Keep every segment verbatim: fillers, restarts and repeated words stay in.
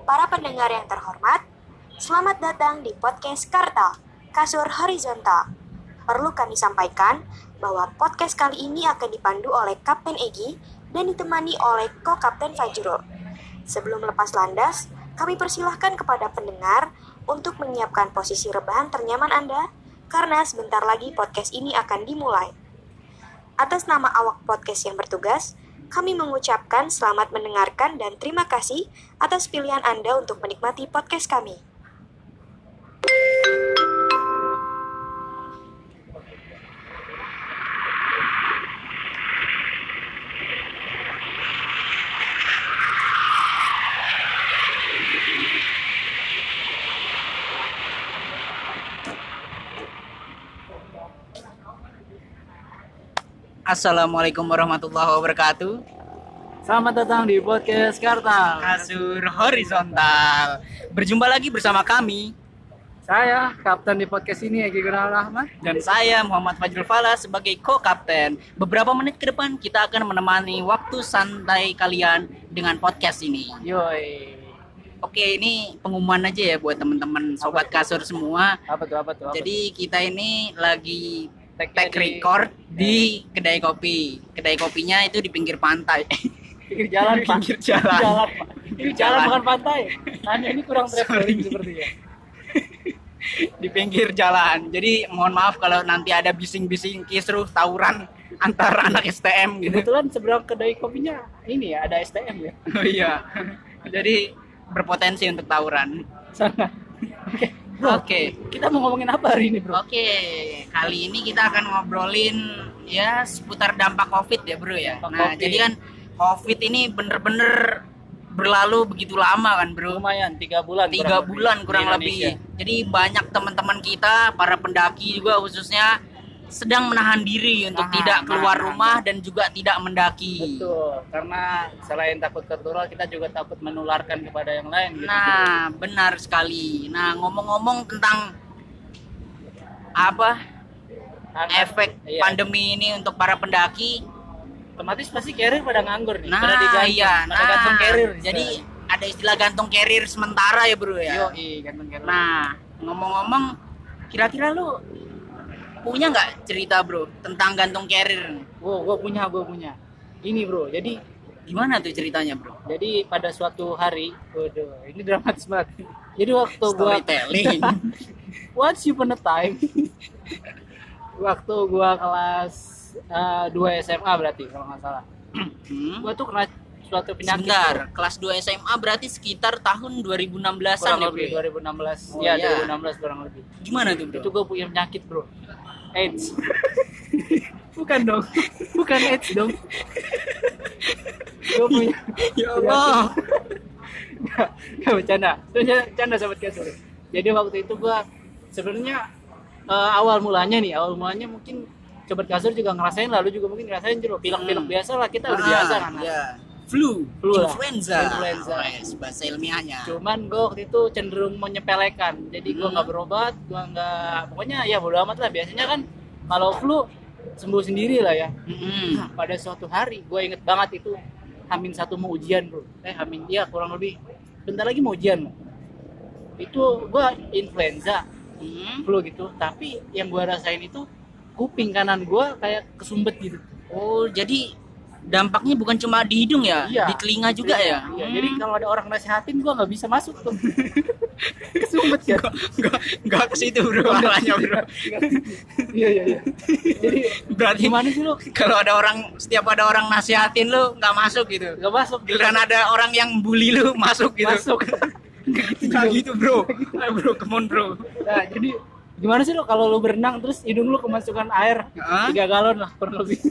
Para pendengar yang terhormat, selamat datang di podcast Kartal, Kasur Horizontal. Perlu kami sampaikan bahwa podcast kali ini akan dipandu oleh Kapten Egi dan ditemani oleh Ko-Kapten Fajrul. Sebelum lepas landas, kami persilahkan kepada pendengar untuk menyiapkan posisi rebahan ternyaman Anda, karena sebentar lagi podcast ini akan dimulai. Atas nama awak podcast yang bertugas, kami mengucapkan selamat mendengarkan dan terima kasih atas pilihan Anda untuk menikmati podcast kami. Assalamualaikum warahmatullahi wabarakatuh. Selamat datang di podcast Kartal, Kasur Horizontal. Berjumpa lagi bersama kami. Saya kapten di podcast ini Egi Gunawan Ahmad. Dan saya Muhammad Fajrul Fala sebagai co-kapten. Beberapa menit ke depan kita akan menemani waktu santai kalian dengan podcast ini. Yoi. Oke, ini pengumuman aja ya buat teman-teman sobat kasur semua. Apa tuh? Apa tuh? Apa Jadi kita ini lagi Tag- tag di- record di kedai kopi. Kedai kopinya itu di pinggir pantai. Pinggir jalan, Pak. Pinggir jalan. Jalan, Pak. Pinggir jalan Jalan. bukan pantai. Hanya ini kurang traveling Sorry. sepertinya. Di pinggir jalan. Jadi mohon maaf kalau nanti ada bising-bising kisruh tawuran antara anak S T M gitu. Kebetulan seberang kedai kopinya ini ya ada S T M ya. Oh iya. Jadi berpotensi untuk tawuran. Sana. Oke. Bro, Oke. kita mau ngomongin apa hari ini, Bro? Oke, kali ini kita akan ngobrolin ya seputar dampak Covid ya, Bro ya. Dampak Nah, Covid. jadi kan Covid ini bener-bener berlalu begitu lama kan, Bro. Lumayan tiga bulan. Tiga kurang bulan lebih kurang di lebih. Indonesia. Jadi banyak teman-teman kita, para pendaki juga khususnya sedang menahan diri untuk Nahan, tidak keluar nahan, rumah dan juga tidak mendaki. Betul, karena selain takut tertular, kita juga takut menularkan kepada yang lain. Gitu. Nah, benar sekali. Nah, ngomong-ngomong tentang apa Karena- efek iya, pandemi ini untuk para pendaki. otomatis pasti carrier pada nganggur nih. Nah, pada digantung, iya. pada Nah, gantung carrier. jadi ada istilah gantung carrier sementara ya, Bro ya. Yoi, gantung carrier. Nah, ngomong-ngomong, kira-kira lu punya nggak cerita, Bro, tentang gantung carrier? Wow, gue punya, gue punya. Ini bro, jadi Gimana tuh ceritanya, Bro? jadi pada suatu hari, waduh, ini dramatis banget. Jadi waktu gua Storytelling. Once upon a time, waktu gua kelas uh, dua S M A berarti kalau nggak salah, Hmm? gua tuh kena suatu penyakit. Sebentar, bro. kelas dua S M A berarti sekitar tahun dua ribu enam belasan Kurang ya, lebih Bro? dua ribu enam belas, Oh, ya iya. dua ribu enam belas kurang lebih. Gimana tuh, Bro? Itu gua punya penyakit bro, AIDS. Bukan dong, bukan AIDS dong. Gua punya. Ya Allah. Nggak, nggak bercanda. Bercanda, bercanda sahabat kasur. Jadi waktu itu gua sebenarnya eh, awal mulanya nih, awal mulanya mungkin sobat kasur juga ngerasain, lalu juga mungkin ngerasain juga pilek-pilek Hmm. biasa lah, kita udah Ah, biasa kan. ya. Flu, Flu lah. influenza. Influenza. Oh, yes, bahasa ilmiahnya. Cuman gua waktu itu cenderung menyepelekan. Jadi gua Hmm. nggak berobat, gua nggak, pokoknya ya bodo amat lah. Biasanya kan kalau flu sembuh sendiri lah ya. Mm-mm. Nah, pada suatu hari gua inget banget itu Hamin satu mau ujian bro. Eh Hamin dia kurang lebih bentar lagi mau ujian. Itu gua influenza, Hmm. flu gitu. Tapi yang gua rasain itu kuping kanan gua kayak kesumbet gitu. Oh, jadi dampaknya bukan cuma di hidung ya, Iya. di telinga juga ya. Iya. Hmm. Jadi kalau ada orang nasehatin gua nggak bisa masuk tuh. Kesumbet ya. Enggak, enggak ke situ, Bro. Arahnya, Bro. Iya iya iya. Jadi Berarti gimana sih lu? kalau ada orang, setiap ada orang nasihatin lu nggak masuk gitu. Gak masuk. Giliran ada orang yang bully lu masuk gitu. Masuk. Nggak gitu, Bro. Ayo, Bro, come on, Bro. Nah, jadi gimana sih lo kalau lu berenang terus hidung lu kemasukan air Hah? tiga galon lah kurang lebih.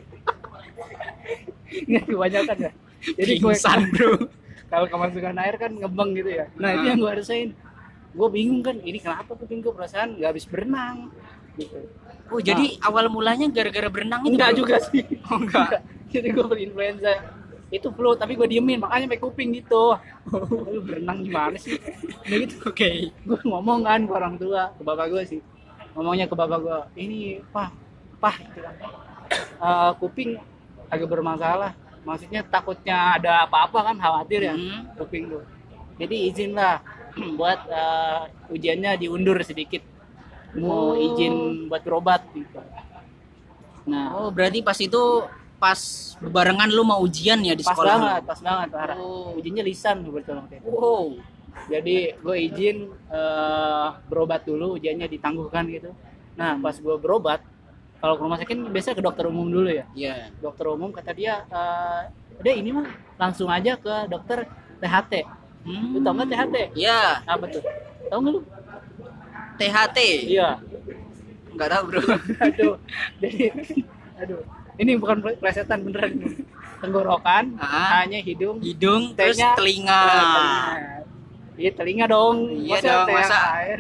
Nggak kebanyakan ya. Jadi gue Pingsan, Bro. kalau kemasukan air kan ngebeng gitu ya. Nah itu Ah. yang gue rasain. Gue bingung kan, ini kenapa kuping gue perasaan nggak habis berenang gitu. Oh, jadi awal mulanya gara-gara berenang itu, Enggak Bro? juga sih. Oh, enggak. Jadi gue berinfluenza. Itu flu tapi gue diemin makanya sampai kuping gitu. Lu berenang gimana sih? Nah gitu. Oke. Gue ngomong kan ke orang tua, ke bapak gue sih. Ngomongnya ke bapak gue, ini pah, pah gitu kan. Eh, kuping agak bermasalah. Maksudnya takutnya ada apa-apa kan, khawatir ya Hmm. kuping tuh. jadi izin lah buat uh, ujiannya diundur sedikit, mau Oh. izin buat berobat gitu. Nah, Oh, berarti pas itu pas bebarengan lu mau ujian ya di pas sekolah lu? banget, pas banget parah. Oh. Ujiannya lisan kebetulan waktu itu. Wow. Jadi gue izin eh, berobat dulu, ujiannya ditangguhkan gitu. Nah pas gue berobat, kalau ke rumah sakit biasa ke dokter umum dulu ya. Iya. Dokter umum kata dia, eh, udah ini mah langsung aja ke dokter T H T. Hmm. Lu tau nggak T H T? Iya, Apa tuh? Tau nggak lu? T H T. Iya. Enggak tahu, Bro. Aduh. Jadi, aduh. Ini bukan plesetan beneran. Tenggorokan, Ah. hanya hidung, Hidung terus T-nya, telinga. eh, telinga. Iya telinga dong. Iya Masa dong, T yang masa? lain?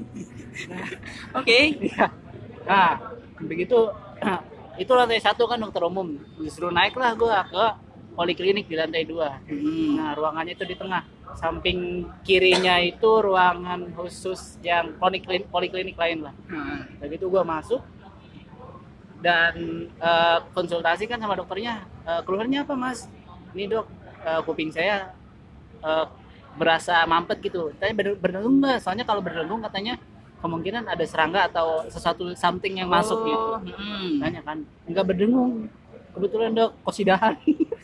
Oke. Iya. Nah, begitu itu lantai satu kan dokter umum. Disuruh naiklah gua ke poliklinik di lantai dua. Hmm. Nah, ruangannya itu di tengah. Samping kirinya itu ruangan khusus yang poliklinik, poliklinik lain lah. Nah. Begitu gua masuk dan eh, konsultasi kan sama dokternya. Eh, keluhannya apa, Mas? Ini, Dok, eh, kuping saya eh, berasa mampet gitu. Tanya ber- berdengung nggak? Soalnya kalau berdengung katanya kemungkinan ada serangga atau sesuatu something yang masuk gitu. Hmm. Tanya kan, nggak berdengung. Kebetulan Dok, kosidahan.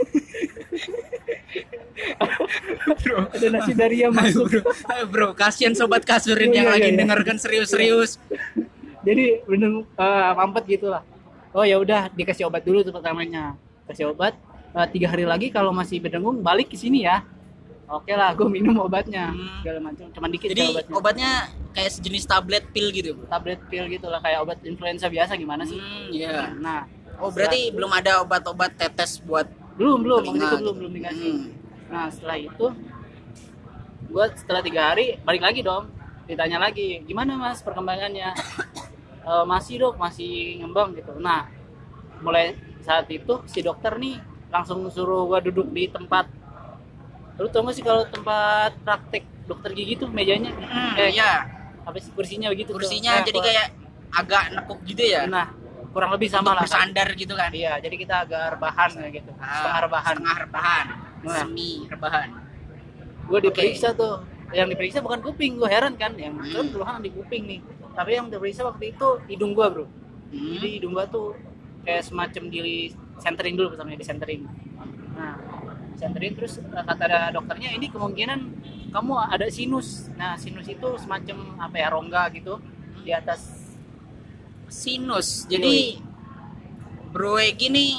Bro. Ada nasi daria masuk. Bro, ayo, bro, kasihan sobat kasurin Iya, yang iya, lagi iya. dengarkan serius-serius. Jadi berdengung eh, mampet gitulah. Oh ya udah dikasih obat dulu tuh pertamanya. Kasih obat. Eh, tiga hari lagi kalau masih berdengung balik ke sini ya. Oke lah, gue minum obatnya. Hmm. Segala macam. Cuman dikit Jadi sih obatnya. obatnya kayak sejenis tablet pil gitu, bro. Tablet pil gitu lah kayak obat influenza biasa gimana sih? Hmm, iya. Nah, Oh, berarti belum ada obat-obat tetes buat belum belum telinga waktu itu belum gitu. belum dikasih. Hmm. Nah setelah itu gue setelah tiga hari balik lagi dong, ditanya lagi gimana Mas perkembangannya. "E, masih Dok, masih ngembang gitu. Nah mulai saat itu si dokter nih langsung suruh gue duduk di tempat, lu tau gak sih kalau tempat praktek dokter gigi tuh mejanya Hmm, eh iya. apa sih kursinya begitu tuh. Kursinya Eh, jadi kur- kayak agak nekuk gitu ya. nah kurang lebih Untuk sama lah kan. bersandar gitu kan. Iya jadi kita agak rebahan kayak gitu, Ah, setengah rebahan. Setengah rebahan. Nah. Semi rebahan. Gue diperiksa tuh, yang diperiksa bukan kuping, gue heran kan, yang Hmm. kan keluhan di kuping nih, tapi yang diperiksa waktu itu hidung gue bro. Hmm. Jadi hidung gue tuh kayak semacam di centering dulu pertamanya, di centering. Nah centering terus eh, kata ada dokternya ini kemungkinan kamu ada sinus. Nah sinus itu semacam apa ya, rongga gitu di atas. Sinus. Jadi Bro Egi nih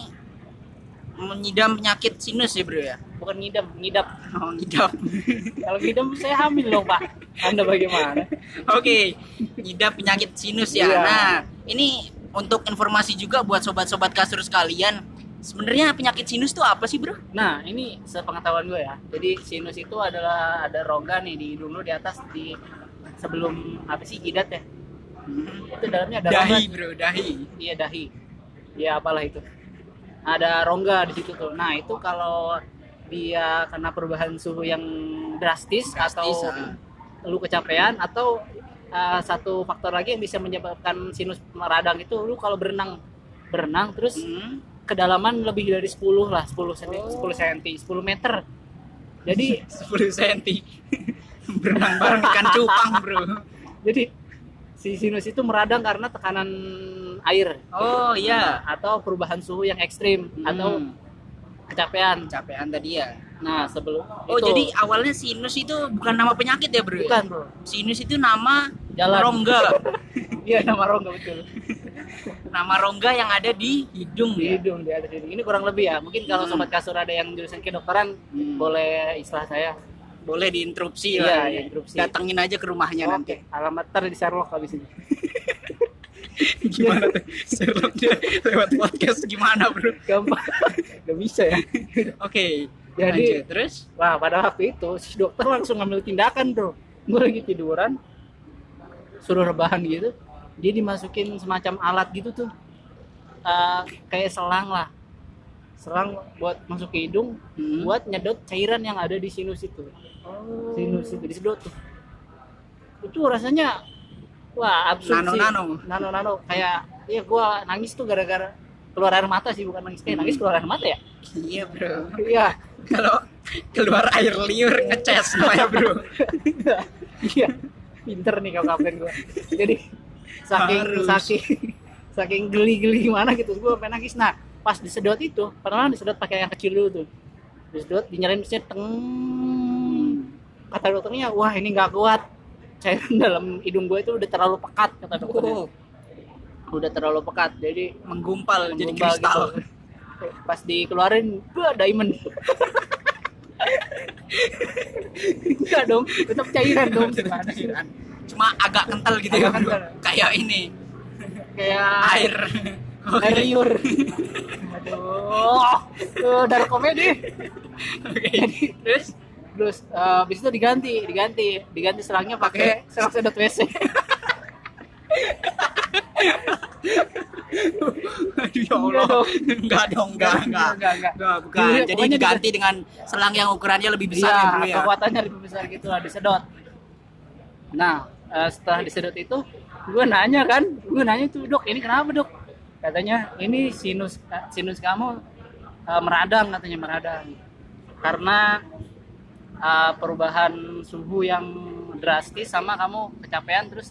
mengidam penyakit sinus ya, Bro ya. Bukan ngidam, ngidap. Oh, ngidam. Kalau ngidam saya hamil loh pak. Anda bagaimana? Oke, ngidam penyakit sinus ya. Iya. Nah, ini untuk informasi juga buat sobat-sobat kasur sekalian. Sebenarnya penyakit sinus itu apa sih, Bro? Nah, ini sepengetahuan gue ya. Jadi sinus itu adalah ada rongga nih di hidung lu di atas di sebelum apa sih jidat ya? Hmm. Itu dalamnya ada Dahi, rongga. Bro, dahi. Iya dahi. Ya apalah itu. Ada rongga di situ tuh. Nah, itu kalau dia kena perubahan suhu yang drastis, Drastis, atau ah. lu kecapean atau uh, satu faktor lagi yang bisa menyebabkan sinus meradang itu lu kalau berenang berenang terus Hmm. kedalaman lebih dari sepuluh lah, sepuluh senti, sepuluh senti, sepuluh meter. Jadi sepuluh senti. Berenang bareng ikan cupang, Bro. jadi si sinus itu meradang karena tekanan air. Oh, iya. Atau perubahan suhu yang ekstrim Hmm. atau kecapean. Capean tadi ya. Nah, sebelum Oh, itu- jadi awalnya sinus itu bukan nama penyakit ya, Bro? bukan, Bro. Sinus itu nama Jalan. rongga. Iya, nama rongga betul. Nama rongga yang ada di hidung Di ya. hidung, di atas hidung. Ini kurang lebih ya. Mungkin kalau Hmm. sobat kasur ada yang jurusan kedokteran, Hmm. boleh istilah saya. Boleh diinterupsi Iya, lah. diinterupsi. Datengin aja ke rumahnya nanti. Oke, alamat ntar di Sherlock habis ini. Gimana tuh? Sherlocknya lewat podcast gimana, Bro? Gampang. Gak bisa ya. Oke. Jadi- lanjut. Terus Wah, pada waktu itu si dokter langsung ngambil tindakan, Bro. Gue lagi tiduran, suruh rebahan gitu. Dia dimasukin semacam alat gitu tuh. Eh, kayak selang lah. Selang buat masuk ke hidung, Hmm. buat nyedot cairan yang ada di sinus itu. Oh. Sinus itu disedot tuh. Itu rasanya wah absurd sih. Nano-nano. Nano-nano kayak ya gua nangis tuh gara-gara keluar air mata sih, bukan nangis kayak nangis keluar air mata ya. Iya, Bro. Iya. Kalau Keluar air liur ngeces namanya bro. Iya, pinter nih kau kapten gue. Jadi saking Harus. saking saking geli-geli gimana gitu, gue pengen nangis. Nah, pas disedot itu, pertama disedot pakai yang kecil dulu tuh. Disedot, dinyalain mesinnya, teng. Kata dokternya, wah ini nggak kuat. Cairan dalam hidung gue itu udah terlalu pekat, kata dokternya. Oh, Udah terlalu pekat, jadi menggumpal jadi menggumpal kristal. gitu. Pas dikeluarin, wah diamond. Enggak dong, tetap cairan dong. Gimana sih? Cuma agak kental gitu ya Agak bro. kental. Kayak ini Kayak air. air liur. Aduh, tuh dark komedi. Oke. Jadi terus terus eh, habis itu diganti, diganti, diganti selangnya pakai selang sedot W C. Aduh ya Allah. Enggak dong, enggak, enggak. Enggak, enggak. Enggak, bukan. Iya, Jadi pokoknya diganti dengan selang yang ukurannya lebih besar Iya, ya bro ya. kekuatannya lebih besar gitu lah, disedot. Nah, eh, setelah disedot itu, gue nanya kan, gue nanya tuh dok, ini kenapa dok? Katanya ini sinus sinus kamu eh, meradang, katanya meradang. Karena eh, perubahan suhu yang drastis sama kamu kecapean terus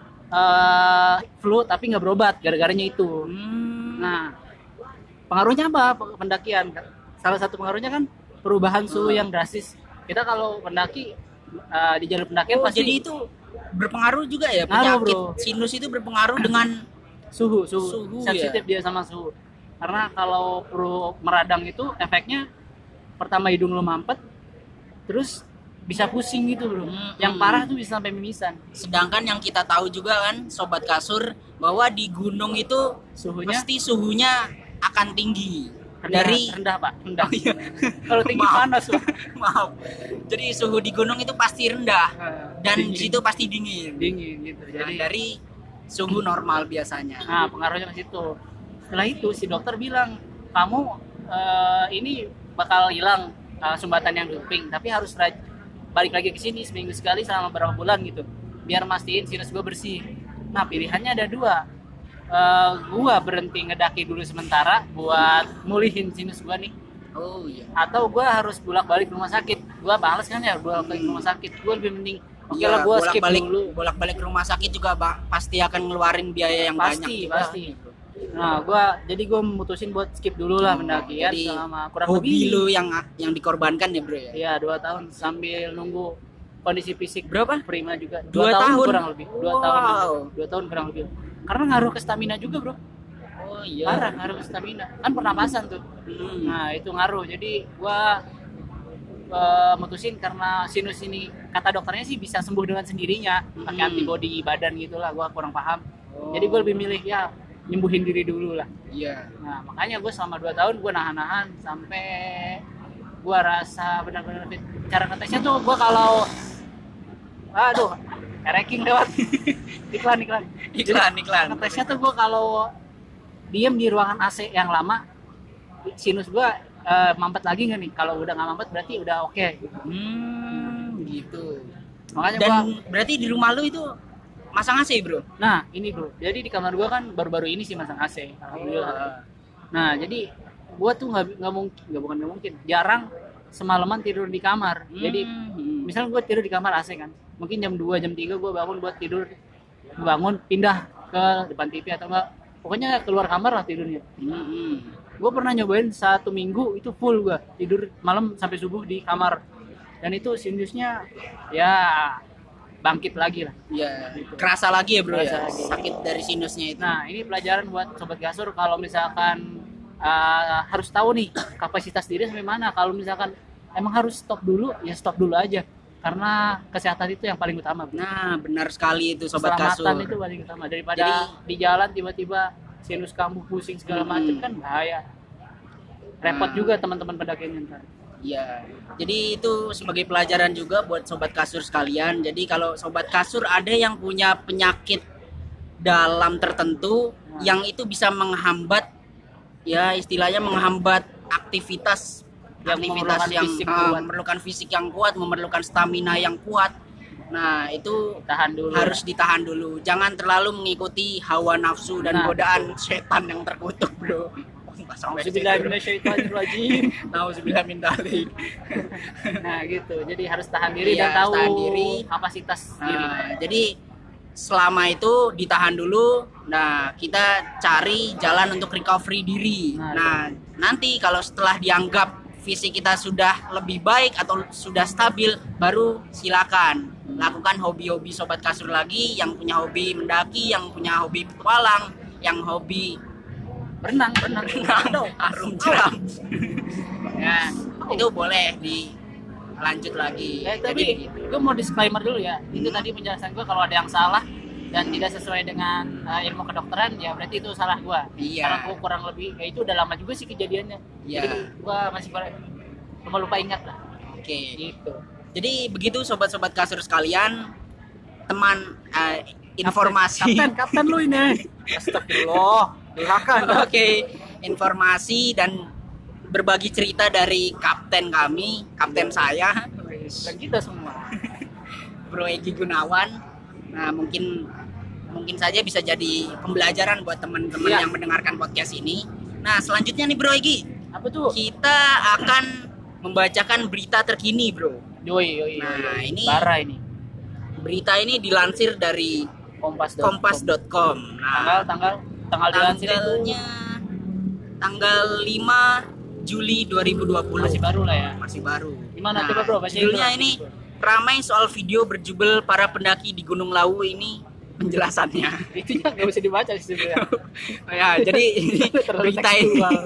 eh, flu tapi nggak berobat gara-garanya itu. Hmm. Nah, pengaruhnya apa pendakian? Salah satu pengaruhnya kan perubahan suhu yang drastis. Kita kalau pendaki uh, di jalur pendakian Oh, pasti jadi itu berpengaruh juga ya Ngaruh, penyakit bro. sinus itu berpengaruh dengan suhu, suhu, Suhu, sensitif ya? dia sama suhu. Karena kalau perlu meradang itu efeknya pertama hidung lu mampet, terus bisa pusing gitu bro. Hmm, Yang hmm. parah tuh bisa sampai mimisan. sedangkan yang kita tahu juga kan sobat kasur bahwa di gunung itu Suhunya pasti suhunya akan tinggi rendah, dari rendah pak, rendah. Oh, iya. Kalau tinggi Maaf. panas pak. maaf. Jadi suhu di gunung itu pasti rendah dan Dingin. di situ pasti dingin. dingin gitu. Nah, Jadi dari suhu normal biasanya. Nah, pengaruhnya ke situ. Setelah itu si dokter bilang, kamu eh, ini bakal hilang eh, sumbatan yang duping, tapi harus raj- balik lagi ke sini seminggu sekali selama beberapa bulan gitu, biar mastiin sinus gue bersih. Nah, pilihannya ada dua. Eh, gua berhenti ngedaki dulu sementara buat mulihin sinus gua nih, Oh iya. atau gua harus bolak-balik ke rumah sakit. Gua males kan ya bolak-balik ke rumah sakit. Gua lebih mending oke Iya, lah gua skip bolak-balik dulu. bolak-balik ke rumah sakit juga ba- pasti akan ngeluarin biaya yang banyak Pasti, juga. pasti. Nah, gua jadi gua memutusin buat skip dulu lah pendakian Jadi selama kurang hobi lebih lu yang yang dikorbankan ya bro ya. iya dua tahun sambil nunggu kondisi fisik Berapa? prima juga. Dua tahun? kurang lebih. Dua Wow. tahun. lebih. Dua tahun kurang lebih. Karena ngaruh ke stamina juga, bro. Oh iya. Parah ngaruh ke stamina. Kan pernapasan tuh. Hmm. Nah, itu ngaruh. Jadi gua eh, mutusin karena sinus ini kata dokternya sih bisa sembuh dengan sendirinya pakai Hmm. antibody badan gitulah. Gua kurang paham. Oh. Jadi gua lebih milih ya nyembuhin diri dulu lah. Iya. Nah, makanya gue selama dua tahun gue nahan-nahan sampai gue rasa benar-benar fit. Cara ngetesnya tuh gue kalau aduh, ranking lewat iklan iklan. Iklan iklan. Ngetesnya tuh gue kalau diem di ruangan A C yang lama, sinus gue eh, mampet lagi nggak nih? Kalau udah nggak mampet berarti udah oke. Hmm, gitu. Makanya Dan gue, berarti di rumah lu itu masang A C, Bro? nah ini bro, jadi di kamar gue kan baru-baru ini sih masang A C, alhamdulillah. Nah jadi gue tuh nggak nggak mungkin, nggak bukan nggak mungkin, jarang semalaman tidur di kamar. Jadi Hmm. misalnya gue tidur di kamar A C kan, mungkin jam dua jam tiga gue bangun buat tidur, bangun pindah ke depan T V atau enggak, pokoknya keluar kamar lah tidurnya. Hmm. Gue pernah nyobain satu minggu itu full gue tidur malam sampai subuh di kamar, dan itu sinusnya ya bangkit lagi lah. Ya, kerasa lagi ya, Bro Kerasa ya. lagi. Sakit dari sinusnya itu. Nah ini pelajaran buat sobat kasur, kalau misalkan uh, harus tahu nih kapasitas diri sampai mana. Kalau misalkan emang harus stop dulu, ya stop dulu aja, karena kesehatan itu yang paling utama. Nah, benar sekali itu sobat kasur. Keselamatan itu paling utama daripada Jadi- di jalan tiba-tiba sinus kamu pusing segala Hmm. macam, kan bahaya. Repot Nah. juga teman-teman pendakian ntar. Ya, jadi itu sebagai pelajaran juga buat sobat kasur sekalian. Jadi kalau sobat kasur ada yang punya penyakit dalam tertentu Nah. yang itu bisa menghambat, ya istilahnya menghambat aktivitas Yang aktivitas memerlukan yang fisik ah, kuat. memerlukan fisik yang kuat, memerlukan stamina yang kuat. Nah, itu Tahan dulu. harus ditahan dulu. Jangan terlalu mengikuti hawa nafsu dan Nah. godaan setan yang terkutuk, Bro. Auzubillahi minasyaitonirrajim. Nauzubillah min dzalik. Nah gitu, jadi harus tahan diri Iya, dan tahu tahan diri. kapasitas diri. Nah, jadi selama itu ditahan dulu. Nah, kita cari jalan untuk recovery diri. Nah, Nah, nanti kalau setelah dianggap fisik kita sudah lebih baik atau sudah stabil, baru silakan lakukan hobi-hobi sobat kasur lagi. Yang punya hobi mendaki, yang punya hobi petualang, yang hobi Berenang, berenang, renang, harum jeram. Ya, itu boleh dilanjut lagi. Eh, Jadi tapi gitu. gue mau disclaimer dulu ya. Itu Hmm. tadi penjelasan gue, kalau ada yang salah dan tidak sesuai dengan uh, ilmu kedokteran, ya berarti itu salah gue. Iya. Karena gue kurang lebih, ya itu udah lama juga sih kejadiannya. Iya. Jadi gue masih ber- cuma lupa ingat lah. Oke. Gitu. Jadi begitu sobat-sobat kasur sekalian, teman eh, informasi. Kapten, kapten lu ini. Astagfirullah. Silakan. Oke, informasi dan berbagi cerita dari kapten kami, kapten saya, Dan kita semua. Bro Egi Gunawan. Nah, mungkin mungkin saja bisa jadi pembelajaran buat teman-teman Iya. yang mendengarkan podcast ini. Nah, selanjutnya nih Bro Egi, Apa tuh? kita akan membacakan berita terkini, Bro. Yoi, yoi, Nah, yoi. ini Bara ini. Berita ini dilansir dari Kompas. kompas dot com. Tanggal, Nah, tanggal, tanggal dilansir itu tanggalnya tanggal lima Juli dua ribu dua puluh. masih baru lah ya. Masih baru. Gimana coba, Bro, bacain judulnya dulu. ini ramai soal video berjubel para pendaki di Gunung Lawu. Ini penjelasannya. Itu ya nggak bisa dibaca sih sebenarnya. Ya, jadi ini Terlalu berita ini tekstual.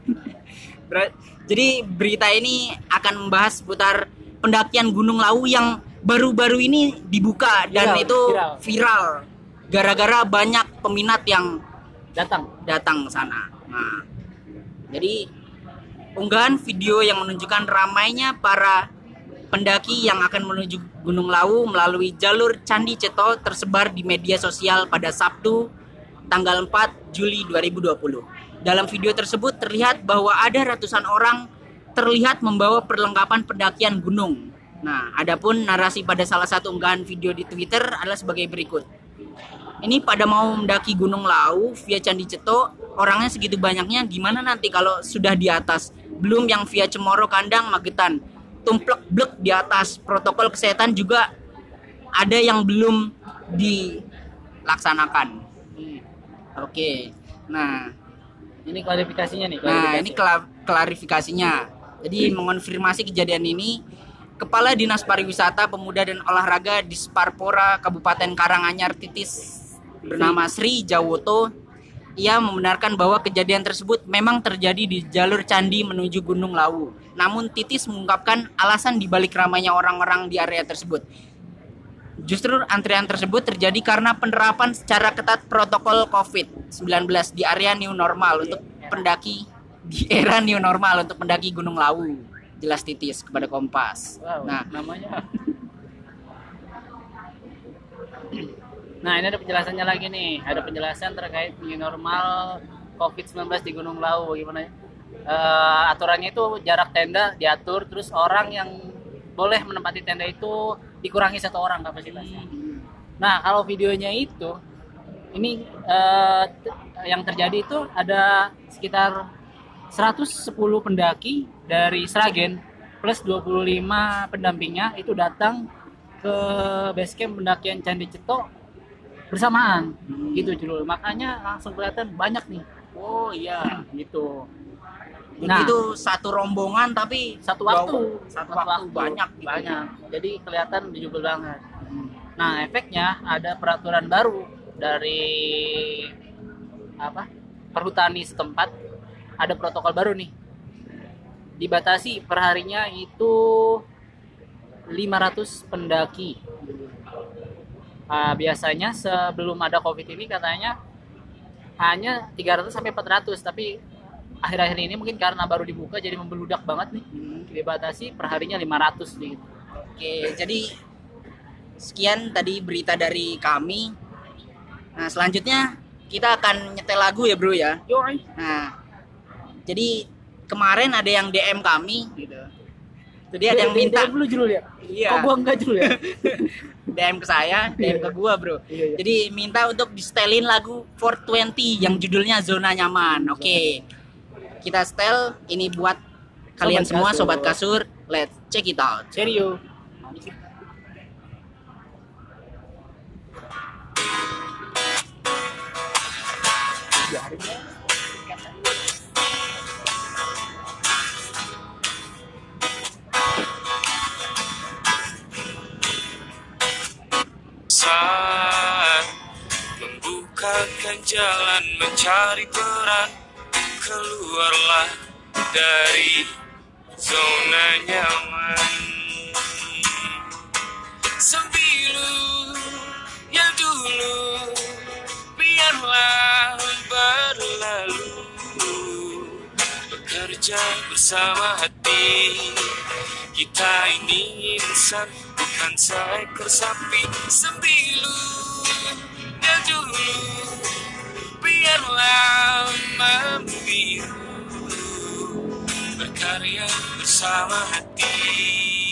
Ber- jadi berita ini akan membahas seputar pendakian Gunung Lawu yang baru-baru ini dibuka dan Viral, itu viral. viral gara-gara banyak peminat yang Datang. datang ke sana. Nah, jadi unggahan video yang menunjukkan ramainya para pendaki yang akan menuju Gunung Lawu melalui jalur Candi Ceto tersebar di media sosial pada Sabtu tanggal empat Juli dua ribu dua puluh. Dalam video tersebut terlihat bahwa ada ratusan orang terlihat membawa perlengkapan pendakian gunung. Nah, adapun narasi pada salah satu unggahan video di Twitter adalah sebagai berikut. Ini pada mau mendaki Gunung Lawu via Candi Ceto, orangnya segitu banyaknya, gimana nanti kalau sudah di atas? Belum yang via Cemoro, Kandang, Magetan, tumplek blek di atas. Protokol kesehatan juga ada yang belum dilaksanakan. Hmm. Oke, nah, Ini klarifikasinya nih. nah klarifikasi. ini kela- klarifikasinya. Jadi mengonfirmasi kejadian ini, Kepala Dinas Pariwisata, Pemuda dan Olahraga di Sparpora, Kabupaten Karanganyar, Titis, bernama Sri Jawoto, ia membenarkan bahwa kejadian tersebut memang terjadi di jalur candi menuju Gunung Lawu. Namun Titis mengungkapkan alasan dibalik ramainya orang-orang di area tersebut. Justru antrian tersebut terjadi karena penerapan secara ketat protokol covid sembilan belas di area new normal untuk pendaki di era new normal untuk pendaki Gunung Lawu. Jelas Titis kepada Kompas. Wow, Nah, namanya. Nah, ini ada penjelasannya lagi nih. Ada penjelasan terkait new normal covid sembilan belas di Gunung Lawu. Gimana? Eh, aturannya itu jarak tenda diatur, terus orang yang boleh menempati tenda itu dikurangi satu orang kapasitasnya. Nah, kalau videonya itu, ini eh, t- yang terjadi itu ada sekitar seratus sepuluh pendaki dari Sragen plus dua puluh lima pendampingnya itu datang ke base camp pendakian Candi Ceto bersamaan. Hmm. Gitu dulu. Makanya langsung kelihatan banyak nih. oh iya. Gitu. Jadi Nah. itu satu rombongan tapi Satu waktu, satu waktu banyak gitu. banyak. Jadi kelihatan dijubel banget. Nah, efeknya ada peraturan baru dari apa? Perhutani setempat, ada protokol baru nih. Dibatasi perharinya itu lima ratus pendaki. Ah, biasanya sebelum ada Covid ini katanya hanya tiga ratus sampai empat ratus, tapi akhir-akhir ini mungkin karena baru dibuka jadi membeludak banget nih. Hmm. Dibatasi perharinya lima ratus gitu. Oke, jadi sekian tadi berita dari kami. Nah, selanjutnya kita akan nyetel lagu ya, Bro ya. Yoi. Nah, jadi kemarin ada yang D M kami gitu. Jadi ada yang minta dulu Jul ya. Iya. Kok gua enggak Jul ya? D M ke saya, D M ke gua, Bro. Iya, iya. Jadi minta untuk di setelin lagu four twenty yang judulnya Zona Nyaman. Oke. kita setel ini buat kalian Sobat semua Kasur. sobat kasur. Let's check it out. Serio. Saat membukakan jalan mencari peran, keluarlah dari zona nyaman. Sembilu yang dulu biarlah berlalu, bekerja bersama hati. Kita ini insan, bukan seekor sapi. Sembilu yang dulu biarlah membiru, berkarya bersama hati.